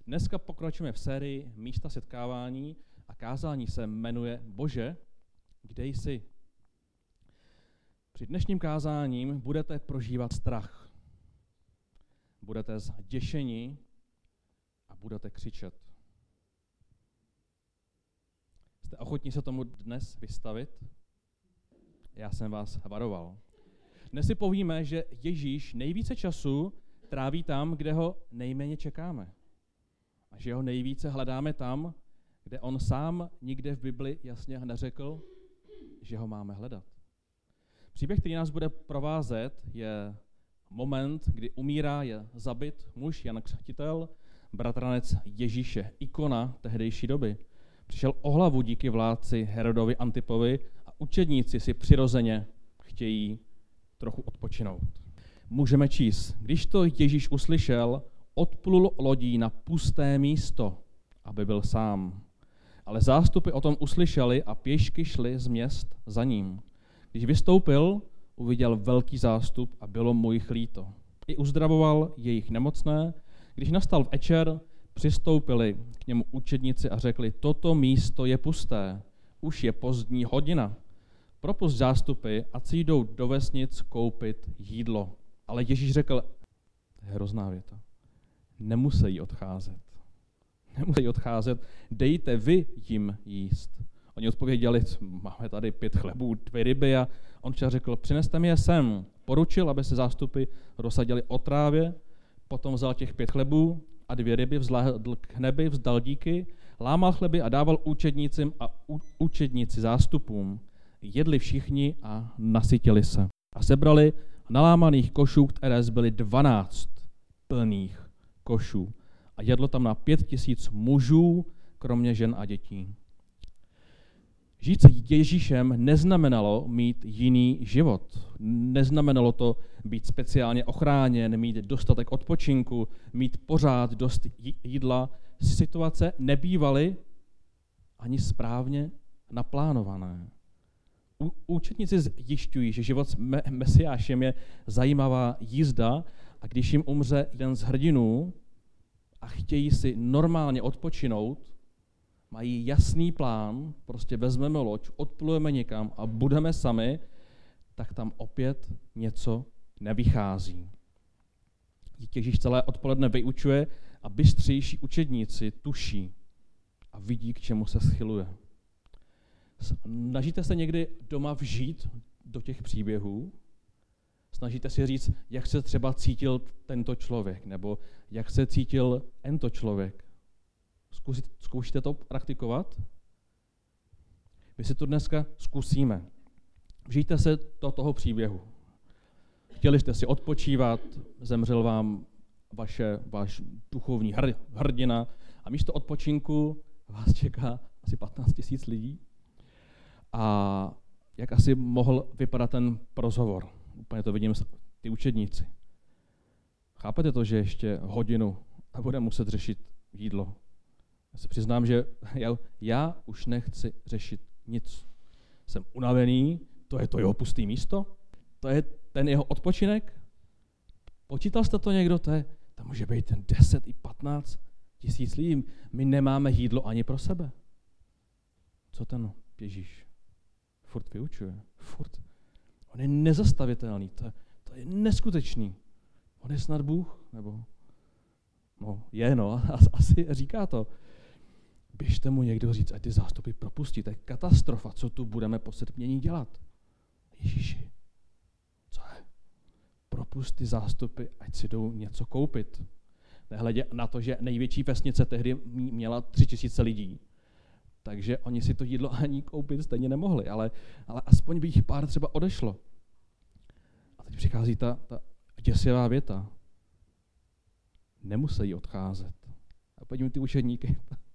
Dneska pokračujeme v sérii Místa setkávání a kázání se jmenuje Bože, kde jsi? Při dnešním kázáním budete prožívat strach. Budete zděšeni a budete křičet. Jste ochotní se tomu dnes vystavit? Já jsem vás varoval. Dnes si povíme, že Ježíš nejvíce času tráví tam, kde ho nejméně čekáme. A že ho nejvíce hledáme tam, kde on sám nikde v Bibli jasně neřekl, že ho máme hledat. Příběh, který nás bude provázet, je moment, kdy umírá, je zabit muž Jan Křtitel, bratranec Ježíše, ikona tehdejší doby. Přišel o hlavu díky vládci Herodovi Antipovi a učedníci si přirozeně chtějí trochu odpočinout. Můžeme číst, když to Ježíš uslyšel, odplul lodí na pusté místo, aby byl sám. Ale zástupy o tom uslyšeli a pěšky šli z měst za ním. Když vystoupil, uviděl velký zástup a bylo mu jich líto. I uzdravoval jejich nemocné. Když nastal večer, přistoupili k němu učedníci a řekli, toto místo je pusté, už je pozdní hodina. Propusť zástupy, ať si jdou do vesnic koupit jídlo. Ale Ježíš řekl, to je hrozná věta, nemusí odcházet. Nemusí odcházet, dejte vy jim jíst. Oni odpověděli, máme tady 5 chlebů, 2 ryby a on však řekl, přineste mi je sem. Poručil, aby se zástupy rozsadili o trávě, potom vzal těch 5 chlebů a 2 ryby, vzhlédl k nebi, vzdal díky, lámal chleby a dával učednícím a učedníci zástupům. Jedli všichni a nasytili se. A sebrali nalámaných košů, které zbyly 12 plných košů. A jedlo tam na 5 000 mužů, kromě žen a dětí. Žít se Ježíšem neznamenalo mít jiný život. Neznamenalo to být speciálně ochráněn, mít dostatek odpočinku, mít pořád dost jídla. Situace nebývaly ani správně naplánované. Učedníci zjišťují, že život s Mesiášem je zajímavá jízda a když jim umře jeden z hrdinů a chtějí si normálně odpočinout, mají jasný plán, prostě vezmeme loď, odplujeme někam a budeme sami, tak tam opět něco nevychází. Ježíš celé odpoledne vyučuje a bystřejší učedníci tuší a vidí, k čemu se schyluje. Snažíte se někdy doma vžít do těch příběhů? Snažíte si říct, jak se třeba cítil tento člověk, nebo jak se cítil tento člověk? Zkoušíte to praktikovat? My si to dneska zkusíme. Vžijte se do toho příběhu. Chtěli jste si odpočívat, zemřel vám váš duchovní hrdina a místo odpočinku vás čeká asi 15 000 lidí. A jak asi mohl vypadat ten rozhovor? Úplně to vidím ty učedníci. Chápete to, že ještě hodinu a bude muset řešit jídlo? Já se přiznám, že já už nechci řešit nic. Jsem unavený, to je to jeho pusté místo, to je ten jeho odpočinek. Počítal jste to někdo? To může být ten 10 i 15 000 lidí. My nemáme jídlo ani pro sebe. Co ten Ježíš? Furt vyučuje. Furt. On je nezastavitelný. To je neskutečný. On je snad Bůh? Nebo asi říká to. Běžte mu někdo říct, ať ty zástupy propustí. To je katastrofa, co tu budeme po setmění dělat. Ježíši, co je? Propust ty zástupy, ať si jdou něco koupit. Nehledě na to, že největší vesnice tehdy měla 3 000 lidí. Takže oni si to jídlo ani koupit stejně nemohli, ale aspoň by jich pár třeba odešlo. A teď přichází ta děsivá věta. Nemusí odcházet. A pojďme ty učedníky.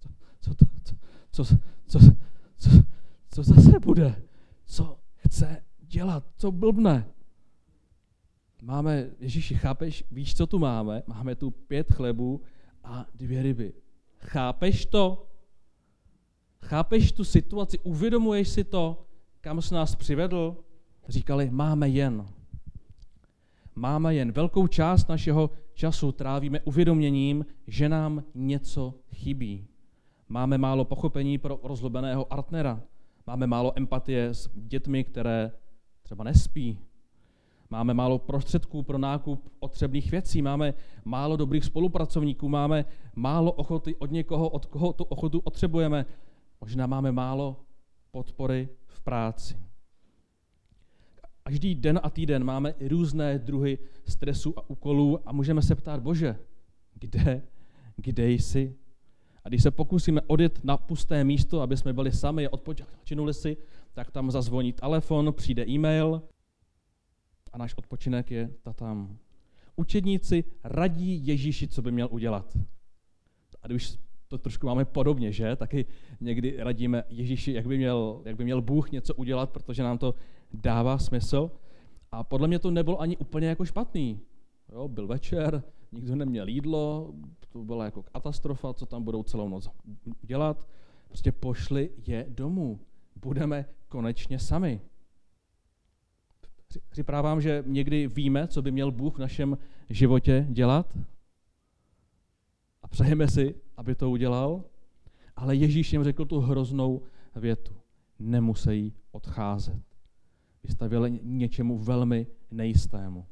Co zase bude? Co chce dělat? Co blbne? Máme, Ježíši, chápeš, víš, co tu máme? Máme tu 5 chlebů a 2 ryby. Chápeš to? Chápeš tu situaci? Uvědomuješ si to, kam jsi nás přivedl? Říkali, máme jen. máme jen velkou část našeho času trávíme uvědoměním, že nám něco chybí. Máme málo pochopení pro rozlobeného partnera. Máme málo empatie s dětmi, které třeba nespí. Máme málo prostředků pro nákup potřebných věcí. Máme málo dobrých spolupracovníků. Máme málo ochoty od někoho, od koho tu ochotu potřebujeme. Možná máme málo podpory v práci. Každý den a týden máme různé druhy stresu a úkolů a můžeme se ptát, Bože, kde jsi? A když se pokusíme odjet na pusté místo, aby jsme byli sami a odpočinuli si, tak tam zazvoní telefon, přijde e-mail a náš odpočinek je tam. Učedníci radí Ježíši, co by měl udělat. A když to trošku máme podobně, že? Taky někdy radíme Ježíši, jak by měl Bůh něco udělat, protože nám to dává smysl. A podle mě to nebylo ani úplně jako špatný. Jo, byl večer, nikdo neměl jídlo, to byla jako katastrofa, co tam budou celou noc dělat. Prostě pošli je domů. Budeme konečně sami. Připravám, že někdy víme, co by měl Bůh v našem životě dělat a přejeme si, aby to udělal, ale Ježíš jim řekl tu hroznou větu. Nemusí odcházet. Vystavili něčemu velmi nejistému.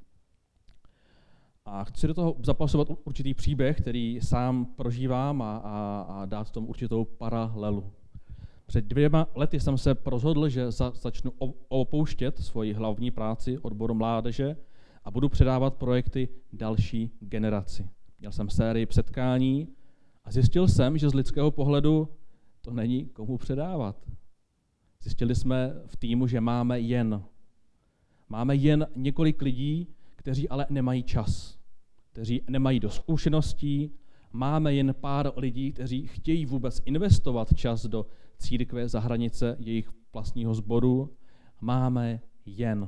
A chci do toho zapasovat určitý příběh, který sám prožívám a dát tomu určitou paralelu. Před 2 lety jsem se rozhodl, že začnu opouštět svoji hlavní práci odboru mládeže a budu předávat projekty další generaci. Měl jsem sérii setkání a zjistil jsem, že z lidského pohledu to není komu předávat. Zjistili jsme v týmu, že máme jen několik lidí, kteří ale nemají čas, kteří nemají dost zkušeností. Máme jen pár lidí, kteří chtějí vůbec investovat čas do církve za hranice jejich vlastního sboru. Máme jen.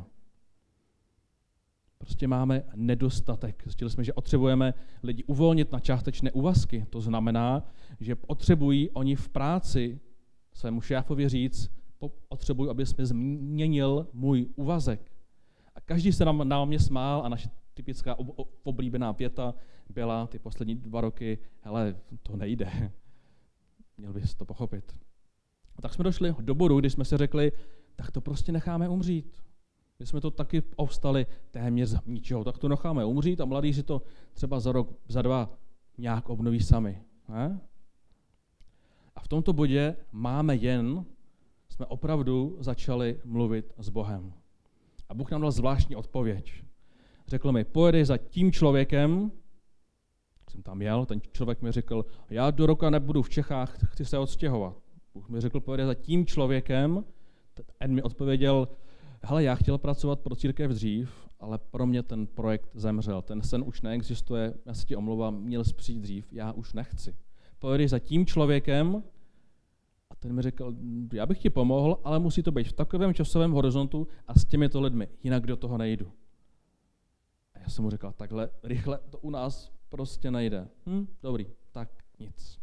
Prostě máme nedostatek. Zjistili jsme, že potřebujeme lidi uvolnit na částečné úvazky. To znamená, že potřebují oni v práci svému šéfovi říct, potřebuji, aby jsme změnil můj úvazek. A každý se na mě smál a naše typická oblíbená věta byla ty poslední 2 roky, hele, to nejde. Měl bys to pochopit. A tak jsme došli do bodu, kdy jsme si řekli, tak to prostě necháme umřít. My jsme to taky povstali téměř z ničeho, tak to necháme umřít a mladí si to třeba za rok, za 2 nějak obnoví sami. Ne? A v tomto bodě jsme opravdu začali mluvit s Bohem. A Bůh nám dal zvláštní odpověď. Řekl mi, pojedeš za tím člověkem, jsem tam jel, ten člověk mi řekl, já do roka nebudu v Čechách, chci se odstěhovat. Bůh mi řekl, pojedeš za tím člověkem, ten mi odpověděl, hele, já chtěl pracovat pro církev dřív, ale pro mě ten projekt zemřel, ten sen už neexistuje, já se ti omlouvám, měl jsi přijít dřív, já už nechci. Pojedeš za tím člověkem, a ten mi řekl, já bych ti pomohl, ale musí to být v takovém časovém horizontu a s těmito lidmi, jinak do toho nejdu. A já jsem mu řekl, takhle rychle to u nás prostě nejde. Dobrý, tak nic.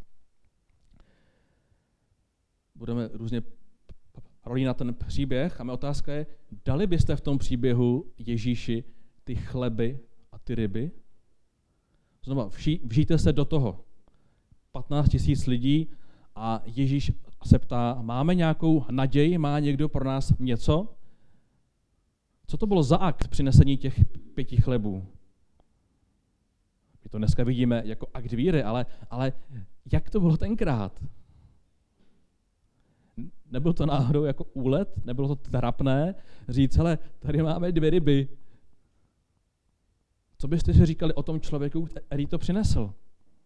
Budeme různě rolí na ten příběh a moje otázka je, dali byste v tom příběhu Ježíši ty chleby a ty ryby? Znova, vžijte se do toho. 15 000 lidí a Ježíš se ptá, máme nějakou naději, má někdo pro nás něco? Co to bylo za akt přinesení těch 5 chlebů? My to dneska vidíme jako akt víry, ale jak to bylo tenkrát? Nebylo to náhodou jako úlet? Nebylo to trapné říct, hele, tady máme 2 ryby. Co byste si říkali o tom člověku, který to přinesl?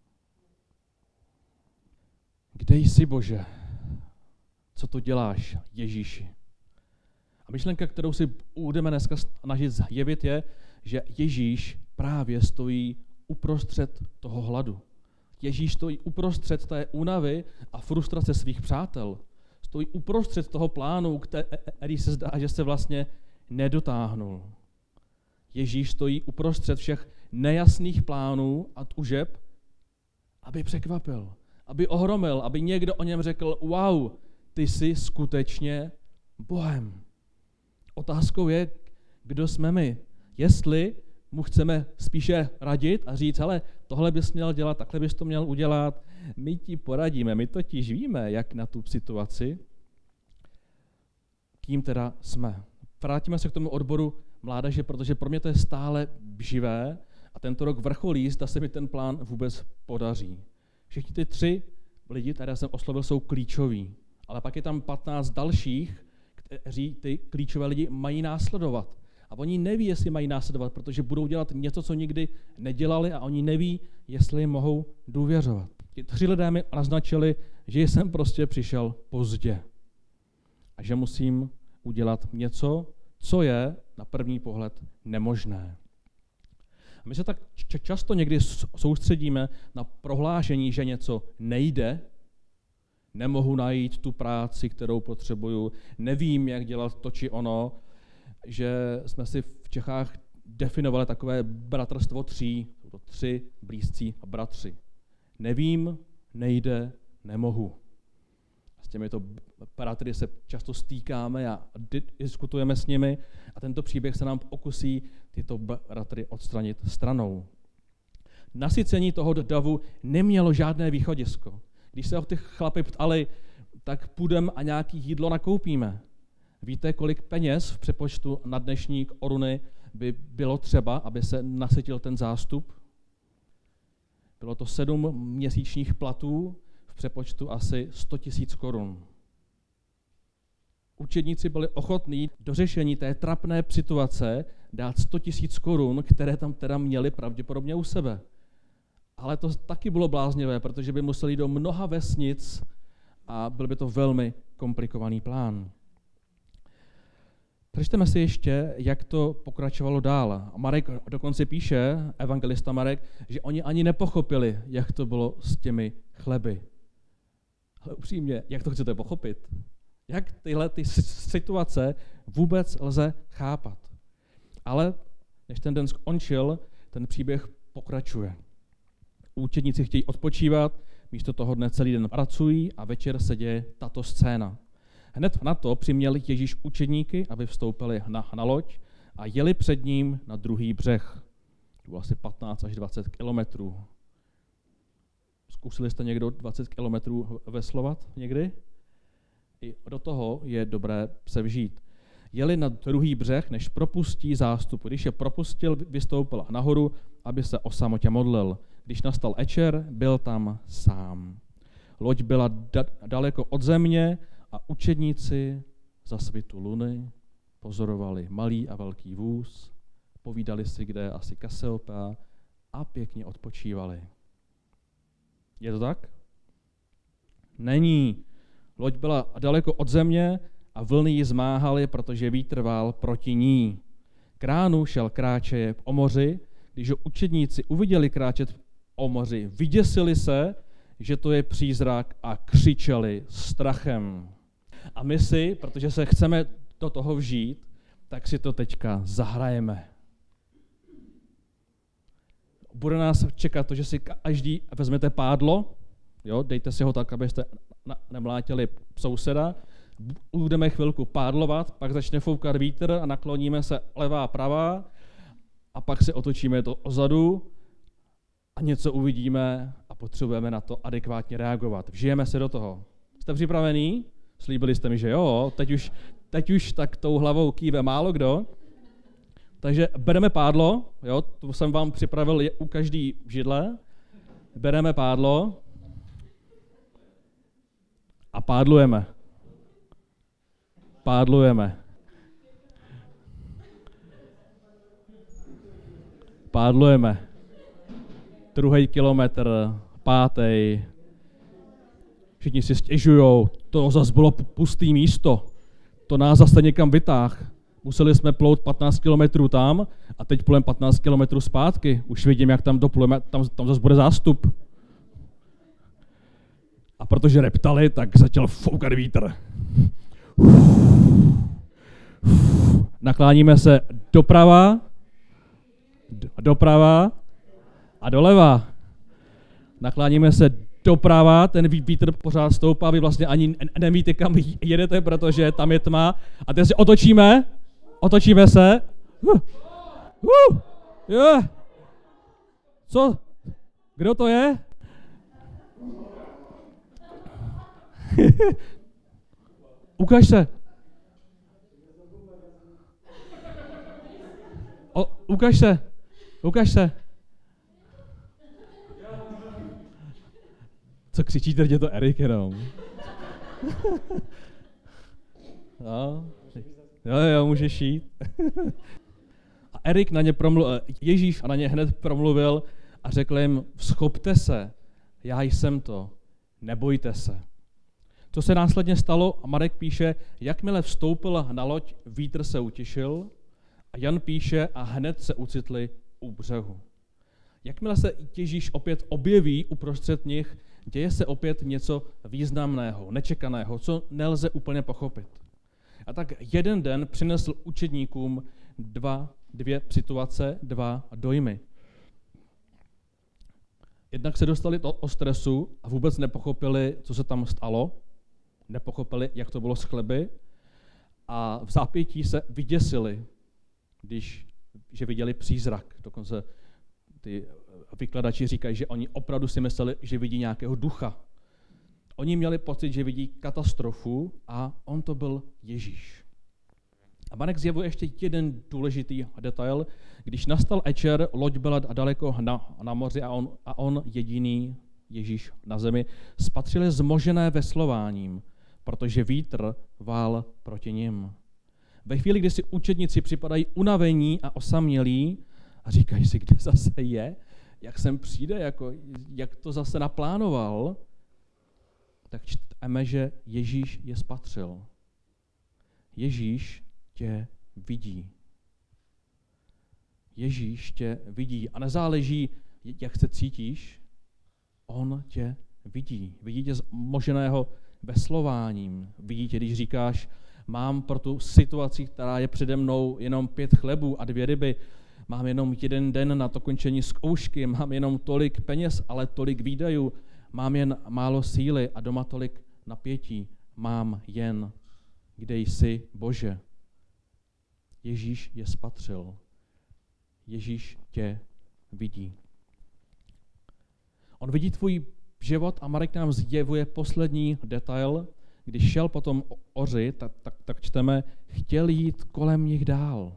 Kde jsi, Bože? Co to děláš, Ježíši? A myšlenka, kterou si budeme dneska snažit zjevit, je, že Ježíš právě stojí uprostřed toho hladu. Ježíš stojí uprostřed té únavy a frustrace svých přátel. Stojí uprostřed toho plánu, který se zdá, že se vlastně nedotáhnul. Ježíš stojí uprostřed všech nejasných plánů a tužeb, aby překvapil, aby ohromil, aby někdo o něm řekl, wow, ty jsi skutečně Bohem. Otázkou je, kdo jsme my. Jestli mu chceme spíše radit a říct, hele, tohle bys měl dělat, takhle bys to měl udělat, my ti poradíme, my totiž víme, jak na tu situaci, kým teda jsme. Vrátíme se k tomu odboru mládeže, protože pro mě to je stále živé a tento rok vrcholí, zda se mi ten plán vůbec podaří. Všichni ty 3 lidi, které jsem oslovil, jsou klíčoví, ale pak je tam 15 dalších, kteří ty klíčové lidi mají následovat. A oni neví, jestli mají následovat, protože budou dělat něco, co nikdy nedělali a oni neví, jestli jim mohou důvěřovat. Ti 3 lidé mi naznačili, že jsem prostě přišel pozdě a že musím udělat něco, co je na první pohled nemožné. A my se tak často někdy soustředíme na prohlášení, že něco nejde, nemohu najít tu práci, kterou potřebuju, nevím, jak dělat to či ono, že jsme si v Čechách definovali takové bratrstvo 3, jsou to 3 blízcí bratři. Nevím, nejde, nemohu. S těmito bratry se často stýkáme a diskutujeme s nimi a tento příběh se nám pokusí tyto bratry odstranit stranou. Nasycení toho davu nemělo žádné východisko. Když se ho ty chlapi ptali, tak půjdeme a nějaké jídlo nakoupíme. Víte, kolik peněz v přepočtu na dnešní koruny by bylo třeba, aby se nasytil ten zástup? Bylo to 7 měsíčních platů, v přepočtu asi 100 000 korun. Učedníci byli ochotní do řešení té trapné situace dát 100 000 korun, které tam teda měli pravděpodobně u sebe. Ale to taky bylo bláznivé, protože by museli jít do mnoha vesnic a byl by to velmi komplikovaný plán. Přečteme si ještě, jak to pokračovalo dál. Marek dokonce píše, evangelista Marek, že oni ani nepochopili, jak to bylo s těmi chleby. Ale upřímně, jak to chcete pochopit? Jak tyhle situace vůbec lze chápat? Ale než ten den skončil, ten příběh pokračuje. Učedníci chtějí odpočívat, místo toho dne celý den pracují a večer se děje tato scéna. Hned na to přiměl Ježíš učedníky, aby vstoupili na loď a jeli před ním na druhý břeh. To bylo asi 15 až 20 kilometrů. Zkusili jste někdo 20 kilometrů veslovat někdy? I do toho je dobré se vžít. Jeli na druhý břeh, než propustí zástup. Když je propustil, vystoupil nahoru, aby se o samotě modlil. Když nastal večer, byl tam sám. Loď byla daleko od země a učedníci za svitu luny pozorovali malý a velký vůz, povídali si, kde je asi Kasiopa a pěkně odpočívali. Je to tak? Není. Loď byla daleko od země a vlny ji zmáhaly, protože vítr vál proti ní. K ránu šel kráčeje o moři, když ho učedníci uviděli kráčet o moři, vyděsili se, že to je přízrak a křičeli strachem. A my si, protože se chceme do toho vžít, tak si to teďka zahrajeme. Bude nás čekat to, že si každý vezmete pádlo, jo, dejte si ho tak, abyste nemlátili souseda, budeme chvilku pádlovat, pak začne foukat vítr a nakloníme se levá pravá a pak se otočíme to ozadu a něco uvidíme a potřebujeme na to adekvátně reagovat. Vžijeme se do toho. Jste připravení? Slíbili jste mi, že jo, teď už tak tou hlavou kýve málo kdo. Takže bereme pádlo, jo, to jsem vám připravil u každý židle. Bereme pádlo a pádlujeme. Pádlujeme. Pádlujeme. Druhý kilometr, 5. Všichni si stěžujou, to zase bylo pustý místo, to nás zase někam vytáh. Museli jsme plout 15 kilometrů tam a teď plujeme 15 kilometrů zpátky. Už vidím, jak tam doplujeme, tam zase bude zástup. A protože reptali, tak začal foukat vítr. Nakláníme se doprava a doleva. Nakláníme se doprava, ten vítr pořád stoupá, vy vlastně ani nevíte, kam jedete, protože tam je tma. A teď se otočíme se. Jo. Co? Kdo to je? Ukaž se. Ukaž se. Ukaž se. Co křičíte, je to Erik jenom. No. Jo, můžeš jít. A Erik na ně Ježíš na ně hned promluvil a řekl jim, vzchopte se, já jsem to, nebojte se. Co se následně stalo, a Marek píše, jakmile vstoupil na loď, vítr se utišil, a Jan píše, a hned se ucitli u břehu. Jakmile se Ježíš opět objeví uprostřed nich, děje se opět něco významného, nečekaného, co nelze úplně pochopit. A tak jeden den přinesl učedníkům dvě situace, dva dojmy. Jednak se dostali o stresu a vůbec nepochopili, co se tam stalo, nepochopili, jak to bylo s chleby, a v zápětí se vyděsili, že viděli přízrak. Dokonce ty vykladači říkají, že oni opravdu si mysleli, že vidí nějakého ducha. Oni měli pocit, že vidí katastrofu a on to byl Ježíš. A Marek zjevuje ještě jeden důležitý detail. Když nastal večer, loď byla daleko na moři a on jediný, Ježíš na zemi, spatřili zmožené veslováním, protože vítr vál proti nim. Ve chvíli, kdy si učedníci připadají unavení a osamělí a říkají si, kde zase je, jak sem přijde, jak to zase naplánoval, tak čteme, že Ježíš je spatřil. Ježíš tě vidí. Ježíš tě vidí a nezáleží, jak se cítíš, on tě vidí. Vidí tě zmoženého veslováním. Vidí tě, když říkáš, mám pro tu situaci, která je přede mnou, jenom 5 chlebů a 2 ryby, mám jenom 1 den na to končení zkoušky, mám jenom tolik peněz, ale tolik výdajů, mám jen málo síly a doma tolik napětí, mám jen, kde jsi, Bože. Ježíš je spatřil. Ježíš tě vidí. On vidí tvůj život a Marek nám zjevuje poslední detail. Když šel potom oři, tak čteme, chtěl jít kolem nich dál.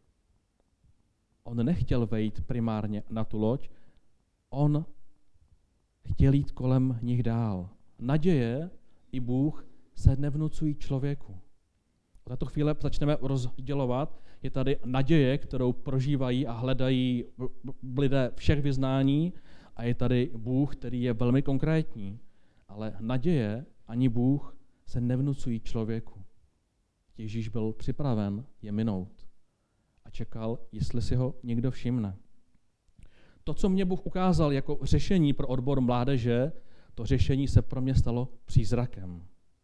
On nechtěl vejít primárně na tu loď, on chtěl jít kolem nich dál. Naděje i Bůh se nevnucují člověku. Od této chvíle začneme rozdělovat. Je tady naděje, kterou prožívají a hledají lidé všech vyznání, a je tady Bůh, který je velmi konkrétní. Ale naděje ani Bůh se nevnucují člověku. Ježíš byl připraven je minout a čekal, jestli si ho někdo všimne. To, co mě Bůh ukázal jako řešení pro odbor mládeže, to řešení se pro mě stalo přízrakem.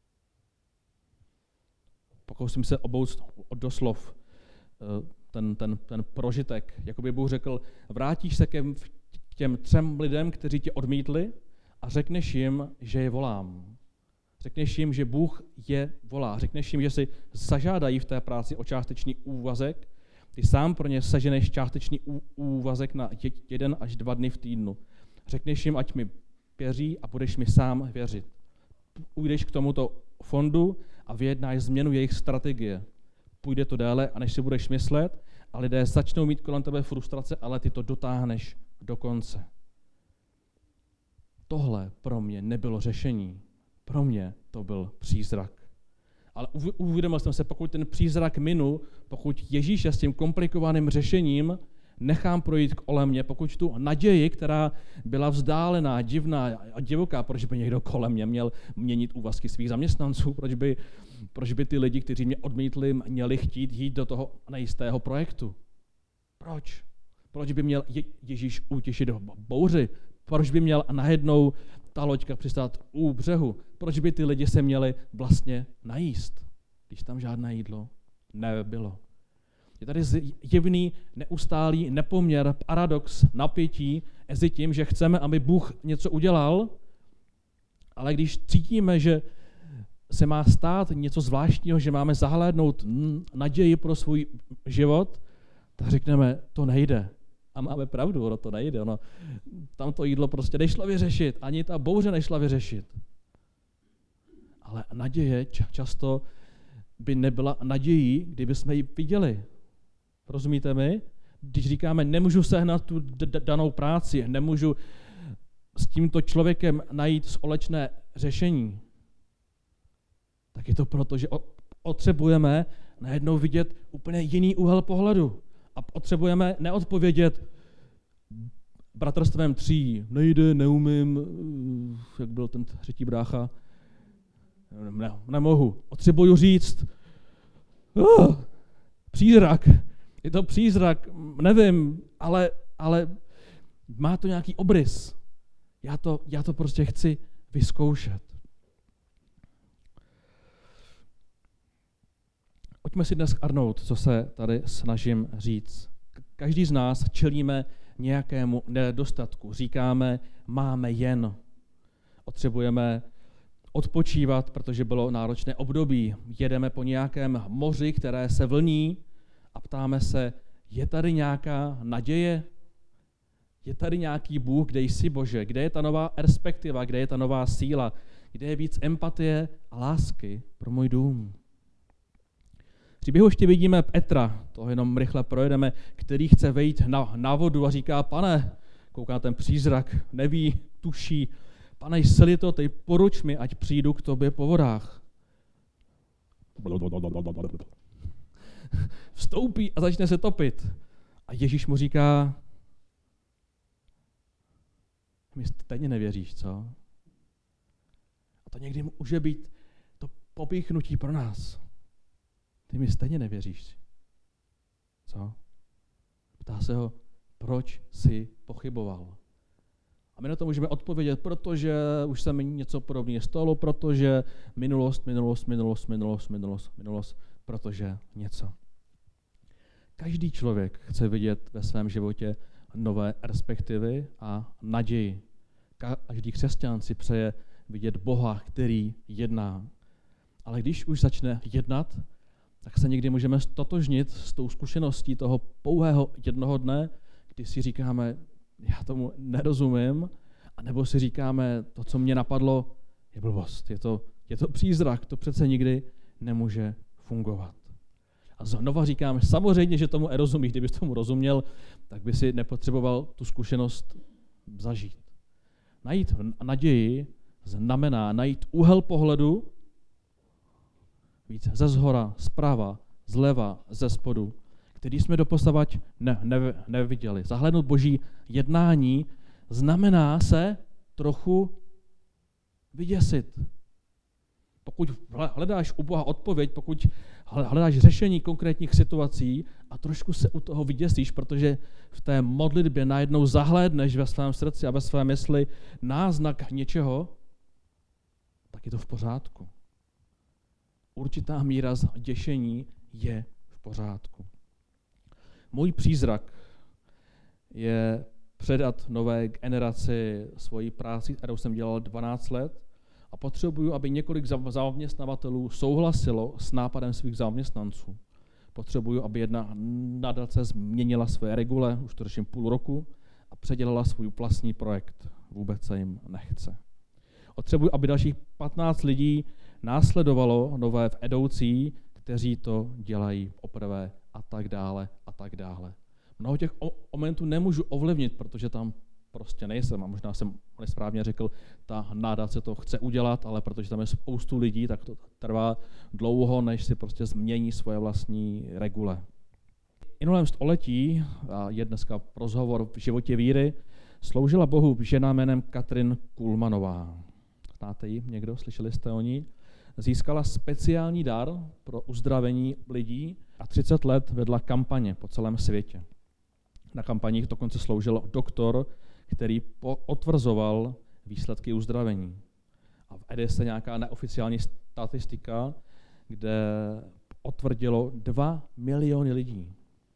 Pokusím se obouct do slov ten prožitek. Jakoby Bůh řekl, vrátíš se k těm 3 lidem, kteří tě odmítli, a řekneš jim, že je volám. Řekneš jim, že Bůh je volá. Řekneš jim, že si zažádají v té práci o částečný úvazek. Ty sám pro ně seženeš částečný úvazek na 1 až 2 dny v týdnu. Řekneš jim, ať mi věří, a budeš mi sám věřit. Půjdeš k tomuto fondu a vyjednáš změnu jejich strategie. Půjde to déle, a než si budeš myslet, a lidé začnou mít kolem tebe frustrace, ale ty to dotáhneš do konce. Tohle pro mě nebylo řešení. Pro mě to byl přízrak. Ale uvědomil jsem se, pokud ten přízrak minu, pokud Ježíše s tím komplikovaným řešením nechám projít kolem mě, pokud tu naději, která byla vzdálená, divná a divoká, proč by někdo kolem mě měl měnit úvazky svých zaměstnanců, proč by ty lidi, kteří mě odmítli, měli chtít jít do toho nejistého projektu. Proč? Proč by měl Ježíš utěšit bouři? Proč by měl najednou ta loďka přistát u břehu? Proč by ty lidi se měli vlastně najíst, když tam žádné jídlo nebylo? Je tady zjevný, neustálý nepoměr, paradox, napětí mezi tím, že chceme, aby Bůh něco udělal, ale když cítíme, že se má stát něco zvláštního, že máme zahlédnout naději pro svůj život, tak řekneme, to nejde. A máme pravdu, ono to nejde. Tam to jídlo prostě nešlo vyřešit, ani ta bouře nešla vyřešit. Ale naděje často by nebyla nadějí, kdyby jsme ji viděli. Rozumíte mi? Když říkáme, nemůžu sehnat tu danou práci, nemůžu s tímto člověkem najít společné řešení, tak je to proto, že potřebujeme najednou vidět úplně jiný úhel pohledu. A potřebujeme neodpovědět bratrstvem 3, nejde, neumím, jak byl ten třetí brácha, nemohu. Potřebuju říct, přízrak, je to přízrak, nevím, ale má to nějaký obrys. Já to prostě chci vyzkoušet. Pojďme si dnes shrnout, co se tady snažím říct. Každý z nás čelíme nějakému nedostatku. Říkáme, máme jen. Potřebujeme odpočívat, protože bylo náročné období. Jedeme po nějakém moři, které se vlní a ptáme se, je tady nějaká naděje? Je tady nějaký Bůh, kde jsi, Bože? Kde je ta nová perspektiva? Kde je ta nová síla? Kde je víc empatie a lásky pro můj dům? V příběhu ještě vidíme Petra, toho jenom rychle projedeme, který chce vejít na vodu a říká, Pane, kouká na ten přízrak, neví, tuší, Pane, jsi to, teď poruč mi, ať přijdu k tobě po vodách. Vstoupí a začne se topit. A Ježíš mu říká, mi stejně nevěříš, co? A to někdy může být to popíchnutí pro nás. Ty mi stejně nevěříš. Co? Ptá se ho, proč jsi pochyboval? A my na to můžeme odpovědět, protože už se mi něco podobného stalo, protože minulost, protože něco. Každý člověk chce vidět ve svém životě nové perspektivy a naději. Každý křesťan si přeje vidět Boha, který jedná. Ale když už začne jednat, tak se někdy můžeme stotožnit s tou zkušeností toho pouhého jednoho dne, kdy si říkáme, já tomu nerozumím, anebo si říkáme, to, co mě napadlo, je blbost, je to přízrak, to přece nikdy nemůže fungovat. A znova říkám, samozřejmě, že tomu nerozumíš, kdybys tomu rozuměl, tak by si nepotřeboval tu zkušenost zažít. Najít naději znamená najít úhel pohledu, víc ze zhora, zprava, zleva, ze spodu, který jsme doposavať neviděli. Zahlédnout Boží jednání znamená se trochu vyděsit. Pokud hledáš u Boha odpověď, pokud hledáš řešení konkrétních situací a trošku se u toho vyděsíš, protože v té modlitbě najednou zahlédneš ve svém srdci a ve své mysli náznak něčeho, tak je to v pořádku. Určitá míra děšení je v pořádku. Můj přízrak je předat nové generaci svoji práci, kterou jsem dělal 12 let, a potřebuju, aby několik zaměstnavatelů souhlasilo s nápadem svých zaměstnanců. Potřebuju, aby jedna nadace změnila své regule, už to řeším půl roku, a předělala svůj vlastní projekt. Vůbec se jim nechce. Potřebuju, aby dalších 15 lidí následovalo nové vedoucí, kteří to dělají poprvé a tak dále a tak dále. Mnoho těch momentů nemůžu ovlivnit, protože tam prostě nejsem a možná jsem nesprávně řekl, ta nadace to chce udělat, ale protože tam je spoustu lidí, tak to trvá dlouho, než si prostě změní svoje vlastní regule. V minulém století, a je dneska rozhovor v životě víry, sloužila Bohu žena jménem Katrin Kulmanová. Znáte ji někdo? Slyšeli jste o ní? Získala speciální dar pro uzdravení lidí a 30 let vedla kampaně po celém světě. Na kampaních dokonce sloužil doktor, který potvrzoval výsledky uzdravení. A v Edese nějaká neoficiální statistika, kde potvrdilo 2 miliony lidí.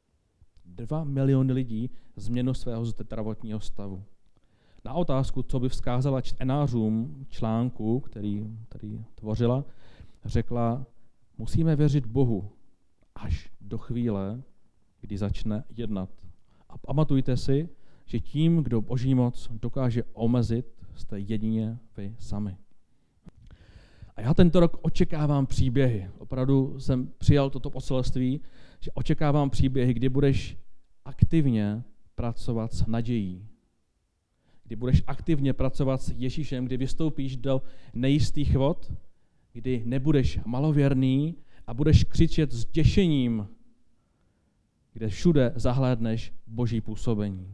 2 miliony lidí změnu svého zdravotního stavu. Na otázku, co by vzkázala čtenářům článku, který tvořila, řekla, musíme věřit Bohu až do chvíle, kdy začne jednat. A A pamatujte si, že tím, kdo Boží moc dokáže omezit, jste jedině vy sami. A já tento rok očekávám příběhy. Opravdu jsem přijal toto poselství, že očekávám příběhy, kdy budeš aktivně pracovat s nadějí. Kdy budeš aktivně pracovat s Ježíšem, kdy vystoupíš do nejistých vod, kdy nebudeš malověrný a budeš křičet s děšením, kde všude zahlédneš Boží působení.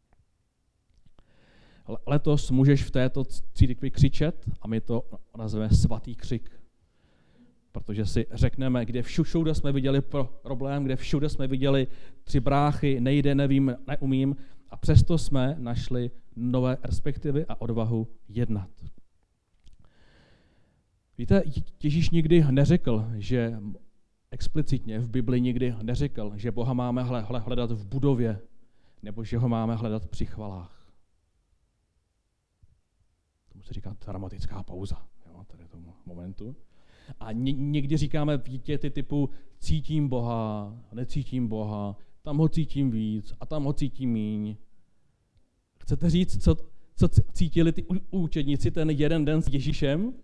Letos můžeš v této církvi křičet a my to nazveme svatý křik. Protože si řekneme, kde všude jsme viděli problém, kde všude jsme viděli 3 bráchy, nejde, nevím, neumím, a přesto jsme našli nové perspektivy a odvahu jednat. Víte, Ježíš nikdy neřekl, že explicitně v Bibli nikdy neřekl, že Boha máme hledat v budově, nebo že ho máme hledat při chvalách. Tomu se říká dramatická pauza, jo, tady tomu momentu. A někdy říkáme věty typu cítím Boha, necítím Boha, tam ho cítím víc a tam ho cítím míň. Chcete říct, co cítili ty učedníci ten jeden den s Ježíšem?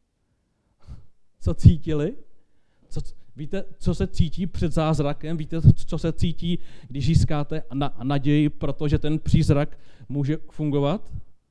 Co cítili? Víte, co se cítí před zázrakem? Víte, co se cítí, když získáte naději, protože ten přízrak může fungovat?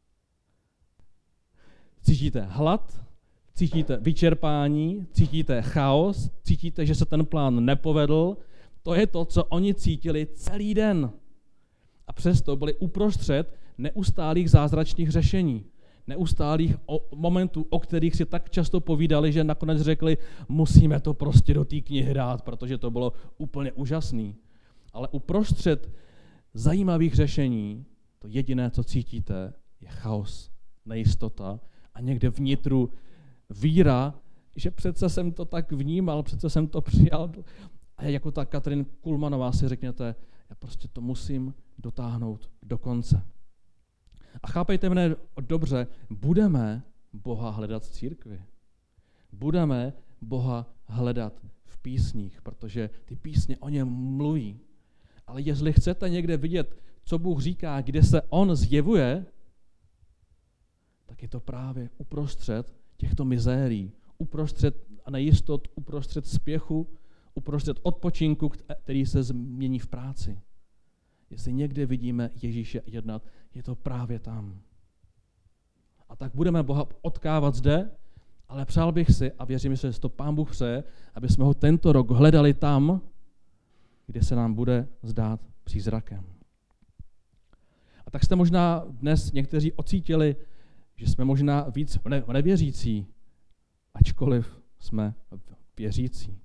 Cítíte hlad, cítíte vyčerpání, cítíte chaos, cítíte, že se ten plán nepovedl. To je to, co oni cítili celý den. A přesto byli uprostřed neustálých zázračných řešení. Neustálých momentů, o kterých si tak často povídali, že nakonec řekli, musíme to prostě do té knihy dát, protože to bylo úplně úžasný. Ale uprostřed zajímavých řešení, to jediné, co cítíte, je chaos, nejistota a někde vnitru víra, že přece jsem to tak vnímal, přece jsem to přijal. A jako ta Katrin Kulmanová si řekněte, já prostě to musím dotáhnout do konce. A chápejte mne dobře, budeme Boha hledat v církvi. Budeme Boha hledat v písních, protože ty písně o něm mluví. Ale jestli chcete někde vidět, co Bůh říká, kde se on zjevuje, tak je to právě uprostřed těchto mizérií, uprostřed nejistot, uprostřed spěchu, uprostřed odpočinku, který se změní v práci. Jestli někde vidíme Ježíše jednat, je to právě tam. A tak budeme Boha odkávat zde, ale přál bych si, a věřím, že to Pán Bůh přeje, aby jsme ho tento rok hledali tam, kde se nám bude zdát přízrakem. A tak jste možná dnes někteří ocítili, že jsme možná víc nevěřící, ačkoliv jsme věřící.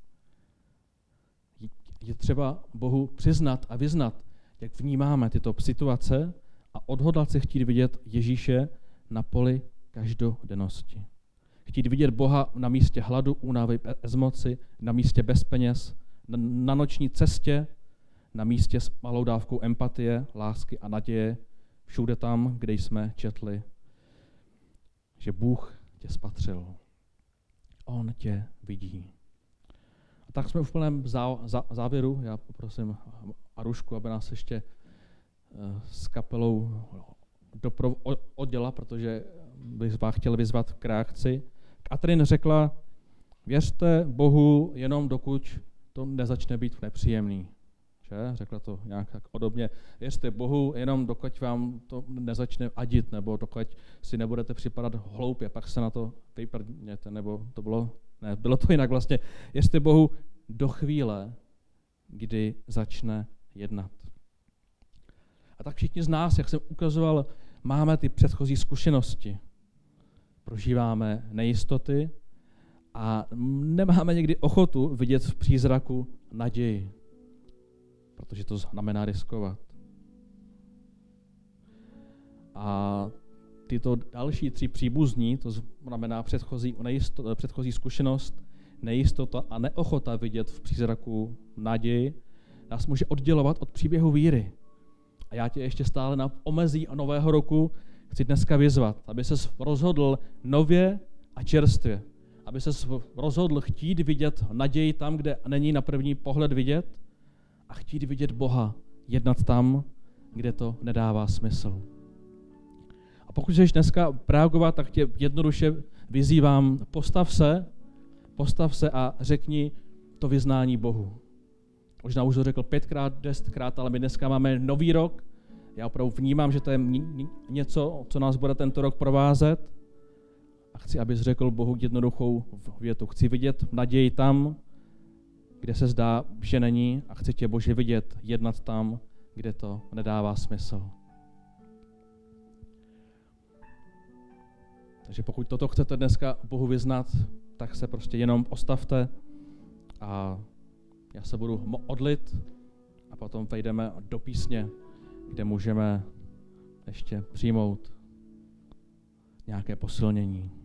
Je třeba Bohu přiznat a vyznat, jak vnímáme tyto situace a odhodlat se chtít vidět Ježíše na poli každodennosti. Chtít vidět Boha na místě hladu, únavy, bezmoci, na místě bez peněz, na noční cestě, na místě s malou dávkou empatie, lásky a naděje, všude tam, kde jsme četli, že Bůh tě spatřil. On tě vidí. A tak jsme v plném závěru. Já poprosím Arušku, aby nás ještě s kapelou odděla, protože bych vás chtěl vyzvat k reakci. Katrin řekla, věřte Bohu jenom dokud to nezačne být nepříjemný. Že? Řekla to nějak tak podobně. Věřte Bohu jenom dokud vám to nezačne adit, nebo dokud si nebudete připadat hloupě, pak se na to vyprdněte, nebo to bylo, ne, bylo to jinak vlastně. Věřte Bohu do chvíle, kdy začne jednat. A tak všichni z nás, jak jsem ukazoval, máme ty předchozí zkušenosti. Prožíváme nejistoty a nemáme někdy ochotu vidět v přízraku naději, protože to znamená riskovat. A tyto další 3 příbuzní, to znamená předchozí zkušenost, nejistota a neochota vidět v přízraku naději, nás může oddělovat od příběhu víry. A já tě ještě stále na omezí nového roku chci dneska vyzvat, aby ses rozhodl nově a čerstvě. Aby ses rozhodl chtít vidět naději tam, kde není na první pohled vidět, a chtít vidět Boha jednat tam, kde to nedává smysl. A pokud chceš dneska reagovat, tak tě jednoduše vyzývám, postav se a řekni to vyznání Bohu. Možná už to řekl 5krát, 10krát, ale my dneska máme nový rok. Já opravdu vnímám, že to je něco, co nás bude tento rok provázet. A chci, abys řekl Bohu jednoduchou větu. Chci vidět naději tam, kde se zdá, že není, a chci tě, Bože, vidět jednat tam, kde to nedává smysl. Takže pokud toto chcete dneska Bohu vyznat, tak se prostě jenom postavte a já se budu modlit a potom vejdeme do písně, kde můžeme ještě přijmout nějaké posilnění.